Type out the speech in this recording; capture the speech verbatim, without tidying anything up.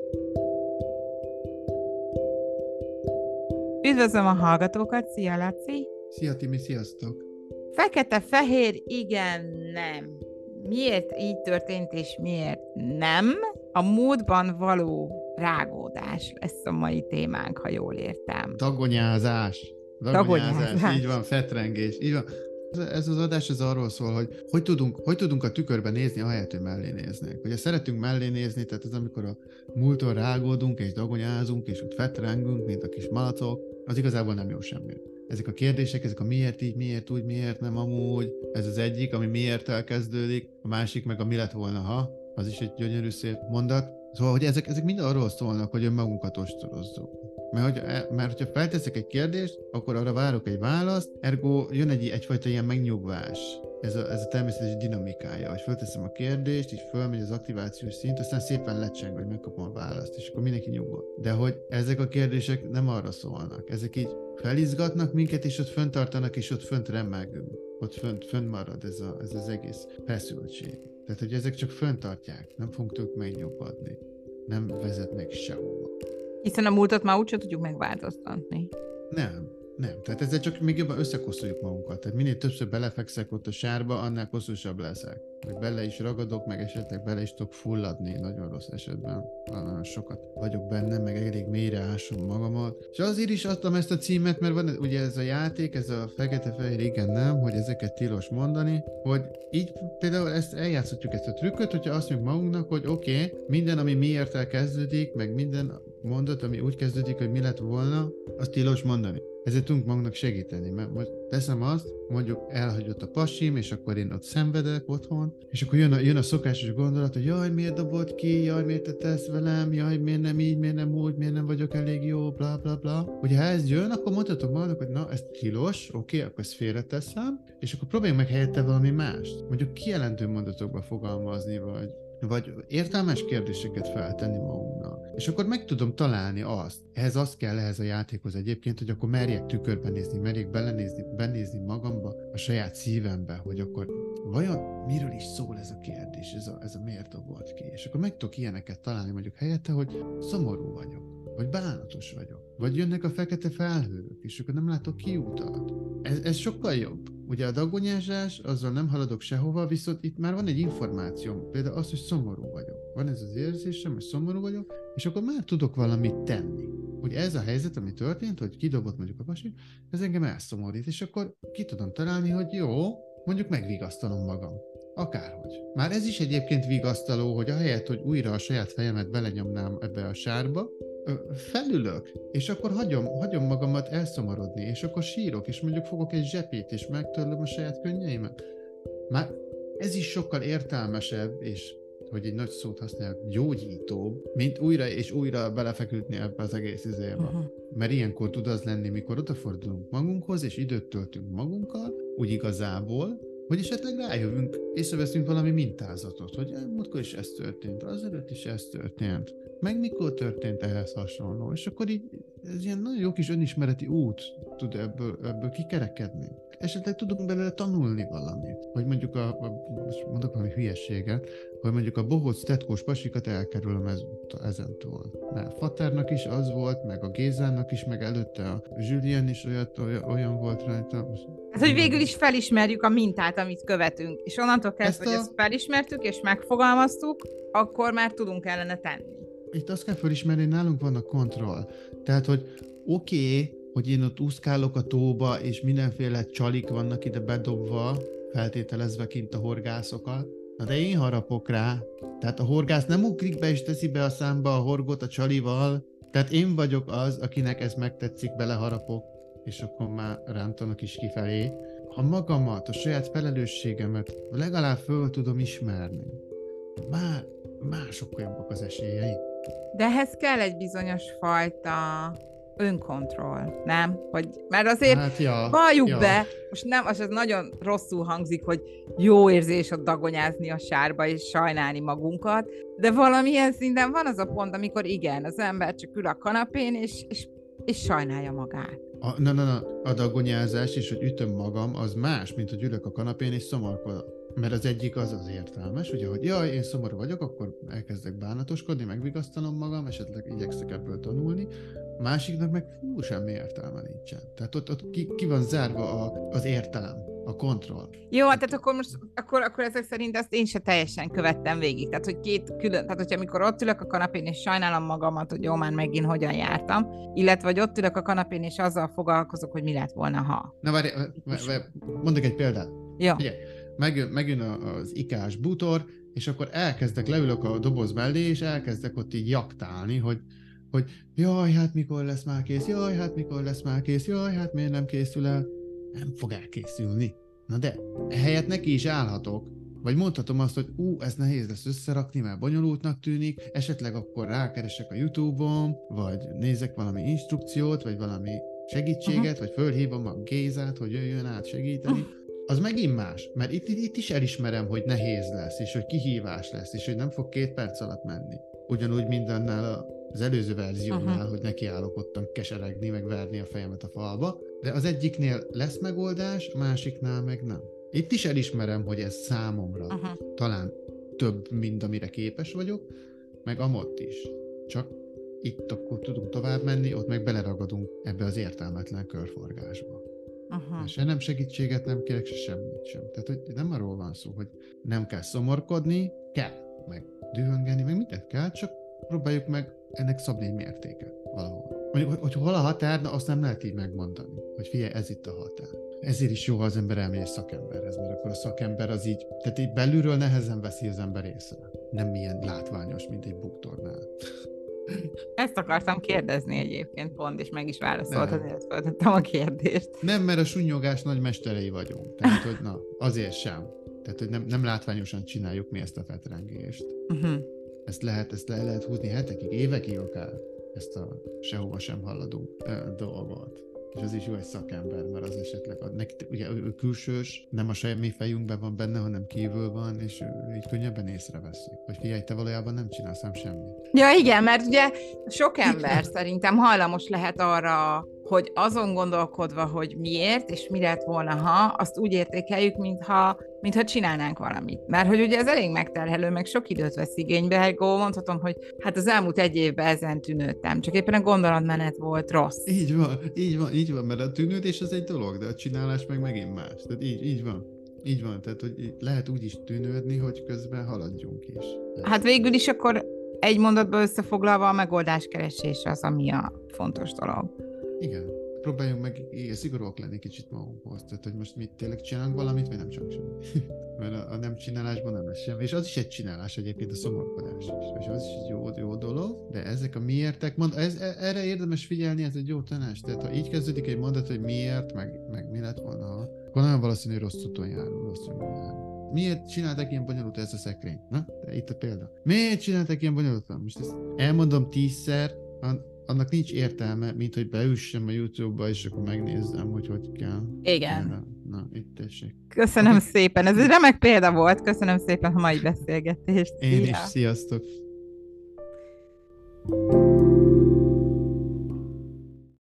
Üdvözlöm a hallgatókat, szia Laci! Szia Timi, sziasztok! Fekete-fehér, igen, nem. Miért így történt, és miért nem? A múltban való rágódás lesz a mai témánk, ha jól értem. Dagonyázás. Dagonyázás, Dagonyázás. Így van, fetrengés, így van. Ez az adás ez arról szól, hogy hogy tudunk, hogy tudunk a tükörben nézni, ahelyett, hogy mellé néznék. Ugye szeretünk mellé nézni, tehát ez amikor a múlton rágódunk, és dagonyázunk, és ott fetrengünk, mint a kis malacok, az igazából nem jó semmi. Ezek a kérdések, ezek a miért így, miért úgy, miért nem amúgy, ez az egyik, ami miért elkezdődik, a másik meg a mi lett volna, ha, az is egy gyönyörű szép mondat. Szóval, hogy ezek, ezek mind arról szólnak, hogy önmagunkat ostorozzuk. Mert, hogy, mert hogyha felteszek egy kérdést, akkor arra várok egy választ, ergo jön egy, egyfajta ilyen megnyugvás. Ez a, ez a természetes dinamikája, hogy felteszem a kérdést, és fölmegy az aktivációs szint, aztán szépen lecseng, hogy megkapom a választ, és akkor mindenki nyugodt. De hogy ezek a kérdések nem arra szólnak, ezek így felizgatnak minket, és ott fönt tartanak, és ott fönt remegünk. Ott fönt, fönt marad ez, a, ez az egész feszültség. Tehát, hogy ezek csak fönt tartják, nem fogunk tőlük megnyugodni. Nem vezetnek sehova. Hiszen a múltat már úgyse tudjuk megváltoztatni. Nem, nem. Tehát ezzel csak még jobban összekoszoljuk magunkat. Tehát minél többször belefekszek ott a sárba, annál koszósabb leszek. Meg bele is ragadok, meg esetleg bele is tudok fulladni, nagyon rossz esetben. Nagyon sokat vagyok benne, meg elég mélyre ásom magamat. És azért is adtam ezt a címet, mert van ugye ez a játék, ez a fekete-fehér, igen, nem, hogy ezeket tilos mondani, hogy így például ezt eljátszhatjuk ezt a trükköt, hogyha azt mondjuk magunknak, hogy oké, okay, minden, ami miért elkezdődik, meg minden mondat, ami úgy kezdődik, hogy mi lett volna, azt tilos mondani. Ezért tudunk magunknak segíteni, mert most teszem azt, mondjuk elhagyott a pasim, és akkor én ott szenvedek otthon, és akkor jön a, jön a szokásos gondolat, hogy jaj, miért dobott ki, jaj, miért te tesz velem, jaj, miért nem így, miért nem úgy, miért nem vagyok elég jó, bla bla bla. Ugye ha ez jön, akkor mondhatok magadnak, hogy na, ez tilos, oké, okay, akkor ezt félreteszem, és akkor próbáljunk meg helyette valami mást. Mondjuk kijelentő mondatokba fogalmazni, vagy vagy értelmes kérdéseket feltenni magunknak. És akkor meg tudom találni azt. Ehhez az kell, ehhez a játékhoz egyébként, hogy akkor merjek tükörben nézni, merjek belenézni, benézni magamba, a saját szívembe, hogy akkor vajon miről is szól ez a kérdés, ez a, ez a miért dobott ki. És akkor meg tudok ilyeneket találni mondjuk helyette, hogy szomorú vagyok, vagy bánatos vagyok, vagy jönnek a fekete felhők, és akkor nem látok kiutat. Ez, ez sokkal jobb. Ugye a dagonyázás, azzal nem haladok sehova, viszont itt már van egy információm, például az, hogy szomorú vagyok. Van ez az érzésem, hogy szomorú vagyok, és akkor már tudok valamit tenni. Ugye ez a helyzet, ami történt, hogy kidobott mondjuk a pasi, ez engem elszomorít, és akkor ki tudom találni, hogy jó, mondjuk megvigasztalom magam. Akárhogy. Már ez is egyébként vigasztaló, hogy ahelyett, hogy újra a saját fejemet belenyomnám ebbe a sárba, felülök, és akkor hagyom, hagyom magamat elszomorodni, és akkor sírok, és mondjuk fogok egy zsepét, és megtörlöm a saját könnyeimet. Már ez is sokkal értelmesebb, és hogy egy nagy szót használják, gyógyítóbb, mint újra és újra belefeküdni ebbe az egész izébe. Uh-huh. Mert ilyenkor tud az lenni, mikor odafordulunk magunkhoz, és időt töltünk magunkkal, úgy igazából, hogy esetleg rájövünk, észreveszünk valami mintázatot, hogy múltkor is ez történt, azelőtt is ez történt, meg mikor történt ehhez hasonló, és akkor így ez ilyen nagyon jó kis önismereti út tud ebből, ebből kikerekedni. Esetleg tudunk belőle tanulni valamit, hogy mondjuk a, a most mondok valami hülyességet, hogy mondjuk a bohóc tetkós pasikat elkerülöm ezúttal, ezentúl. Mert Fatárnak is az volt, meg a Gézának is, meg előtte a Julien is olyat, olyan, olyan volt rajta. Hát, hogy végül is felismerjük a mintát, amit követünk, és onnantól kezdve, ezt a... hogy ezt felismertük, és megfogalmaztuk, akkor már tudunk ellene tenni. Itt azt kell felismerni, hogy nálunk van a kontroll. Tehát, hogy oké, okay, hogy én ott úszkálok a tóba, és mindenféle csalik vannak ide bedobva, feltételezve kint a horgászokat, na de én harapok rá. Tehát a horgász nem ugrik be és teszi be a számba a horgot a csalival, tehát én vagyok az, akinek ez megtetszik, beleharapok, és akkor már rántanak is kifelé. Ha magamat, a saját felelősségemet legalább föl tudom ismerni, már, már sokkal jobbak az esélyei. De ehhez kell egy bizonyos fajta önkontroll, nem? Hogy, mert azért hát ja, valljuk ja. be, most nem, az az nagyon rosszul hangzik, hogy jó érzés ott dagonyázni a sárba és sajnálni magunkat, de valamilyen szinten van az a pont, amikor igen, az ember csak ül a kanapén és, és, és sajnálja magát. A, na, na, na, a dagonyázás és hogy ütöm magam, az más, mint hogy ülök a kanapén és szomorkodok. Mert az egyik az az értelmes, ugye, hogy jaj, én szomorú vagyok, akkor elkezdek bánatoskodni, megvigasztalom magam, esetleg igyekszek ebből tanulni. A másiknak meg fú, semmi értelme nincsen. Tehát ott, ott ki, ki van zárva a, az értelem, a kontroll. Jó, tehát akkor most, akkor, akkor ezek szerint ezt én se teljesen követtem végig. Tehát, hogy két külön, tehát, hogyha amikor ott ülök a kanapén, és sajnálom magamat, hogy jó, már megint hogyan jártam, illetve, hogy ott ülök a kanapén, és azzal foglalkozok, hogy mi lett volna, ha. Na várj, mondok egy példát. Jó. Ugye, megjön, megjön az ikás bútor, és akkor elkezdek, leülök a doboz mellé, és elkezdek ott így jaktálni, hogy, hogy jaj, hát mikor lesz már kész, jaj, hát mikor lesz már kész, jaj, hát miért nem készül el? Nem fog elkészülni. Na de, ehelyett neki is állhatok, vagy mondhatom azt, hogy ú, ez nehéz lesz összerakni, mert bonyolultnak tűnik, esetleg akkor rákeresek a YouTube-on, vagy nézek valami instrukciót, vagy valami segítséget, uh-huh. vagy fölhívom a Gézát, hogy jöjjön át segíteni. Uh-huh. Az megint más, mert itt, itt is elismerem, hogy nehéz lesz, és hogy kihívás lesz, és hogy nem fog két perc alatt menni. Ugyanúgy mindennel az előző verziónál, uh-huh. hogy nekiállok ottan keseregni, meg verni a fejemet a falba, de az egyiknél lesz megoldás, a másiknál meg nem. Itt is elismerem, hogy ez számomra uh-huh. talán több, mint amire képes vagyok, meg amott is. Csak itt akkor tudunk tovább menni, ott meg beleragadunk ebbe az értelmetlen körforgásba. Uh-huh. Se nem segítséget nem kérek, se semmit sem. Tehát, hogy nem arról van szó, hogy nem kell szomorkodni, kell, meg dühöngeni, meg mindent kell, csak próbáljuk meg ennek szabni egy mértéket valahol. Mondjuk, hogy, hogy hol a határ, na azt nem lehet így megmondani, hogy figyelj, ez itt a határ. Ezért is jó, ha az ember elmegy egy szakemberhez, mert akkor a szakember az így, tehát így belülről nehezen veszi az ember észre. Nem ilyen látványos, mint egy buktornál. Ezt akartam kérdezni egyébként pont, és meg is válaszolt, azért föltettem a kérdést. Nem, mert a sunnyogás nagy mesterei vagyunk. Tehát, hogy na, azért sem. Tehát, hogy nem, nem látványosan csináljuk mi ezt a fetrengést. Uh-huh. Ezt lehet, ezt le lehet húzni hetekig, évekig akár, ezt a sehova sem halladunk uh, dolgot. És az is jó egy szakember, mert az esetleg ad, neki, ugye ő külsős, nem a semmi fejünkben van benne, hanem kívül van, és ő így könnyebben észreveszi. Hogy figyelj, te valójában nem csinálsz nem semmit. Ja igen, mert ugye sok ember szerintem hajlamos lehet arra, hogy azon gondolkodva, hogy miért, és mi lett volna, ha, azt úgy értékeljük, mintha, mintha csinálnánk valamit. Mert hogy ugye ez elég megterhelő, meg sok időt vesz igénybe, Helgó, mondhatom, hogy hát az elmúlt egy évben ezen tűnődtem, csak éppen a gondolatmenet volt rossz. Így van, így van, így van, mert a tűnődés az egy dolog, de a csinálás meg megint más. Tehát így, így van. Így van, tehát hogy lehet úgy is tűnődni, hogy közben haladjunk is. Hát végül is akkor egy mondatban összefoglalva a megoldáskeresés az, ami a fontos dolog. Igen. Próbáljunk meg szigorúak lenni kicsit magunkhoz. Tehát, hogy most mi tényleg csinálunk valamit, vagy nem csak semmi. Mert a, a nem csinálásban nem lesz semmi. És az is egy csinálás egyébként, a szomorkodás is. És az is egy jó, jó dolog, de ezek a miértek, mond, ez, erre érdemes figyelni, ez egy jó tanács. Tehát ha így kezdődik egy mondat, hogy miért, meg, meg mi lett volna, akkor nagyon valószínű, hogy rossz úton járul, rossz úton járul. Miért csináltak ilyen bonyolult ez a szekrény? Na, de itt a példa. Miért csináltak ilyen bonyolultan? Most ezt elmondom tízszer, annak nincs értelme, mint hogy beüssem a YouTube-ba, és akkor megnézzem, hogy hogy kell. Igen. Na, itt tessék. Köszönöm okay. szépen, ez egy remek példa volt. Köszönöm szépen a mai beszélgetést. Én Szia. is, sziasztok!